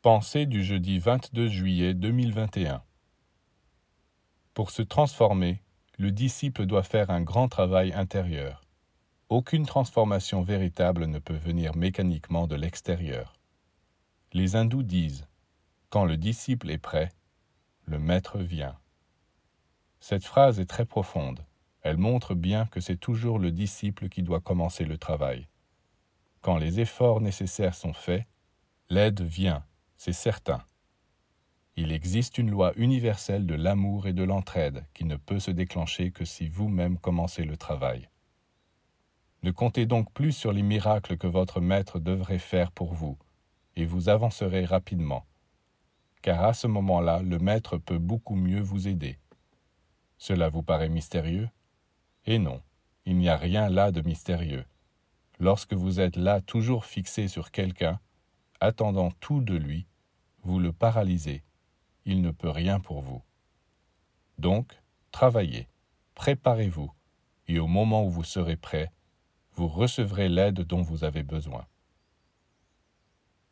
Pensée du jeudi 22 juillet 2021. Pour se transformer, le disciple doit faire un grand travail intérieur. Aucune transformation véritable ne peut venir mécaniquement de l'extérieur. Les hindous disent « Quand le disciple est prêt, le maître vient ». Cette phrase est très profonde. Elle montre bien que c'est toujours le disciple qui doit commencer le travail. Quand les efforts nécessaires sont faits, l'aide vient, c'est certain. Il existe une loi universelle de l'amour et de l'entraide qui ne peut se déclencher que si vous-même commencez le travail. Ne comptez donc plus sur les miracles que votre maître devrait faire pour vous, et vous avancerez rapidement. Car à ce moment-là, le maître peut beaucoup mieux vous aider. Cela vous paraît mystérieux? Et non, il n'y a rien là de mystérieux. Lorsque vous êtes là toujours fixé sur quelqu'un, attendant tout de lui, vous le paralysez. Il ne peut rien pour vous. Donc, travaillez, préparez-vous, et au moment où vous serez prêt, vous recevrez l'aide dont vous avez besoin.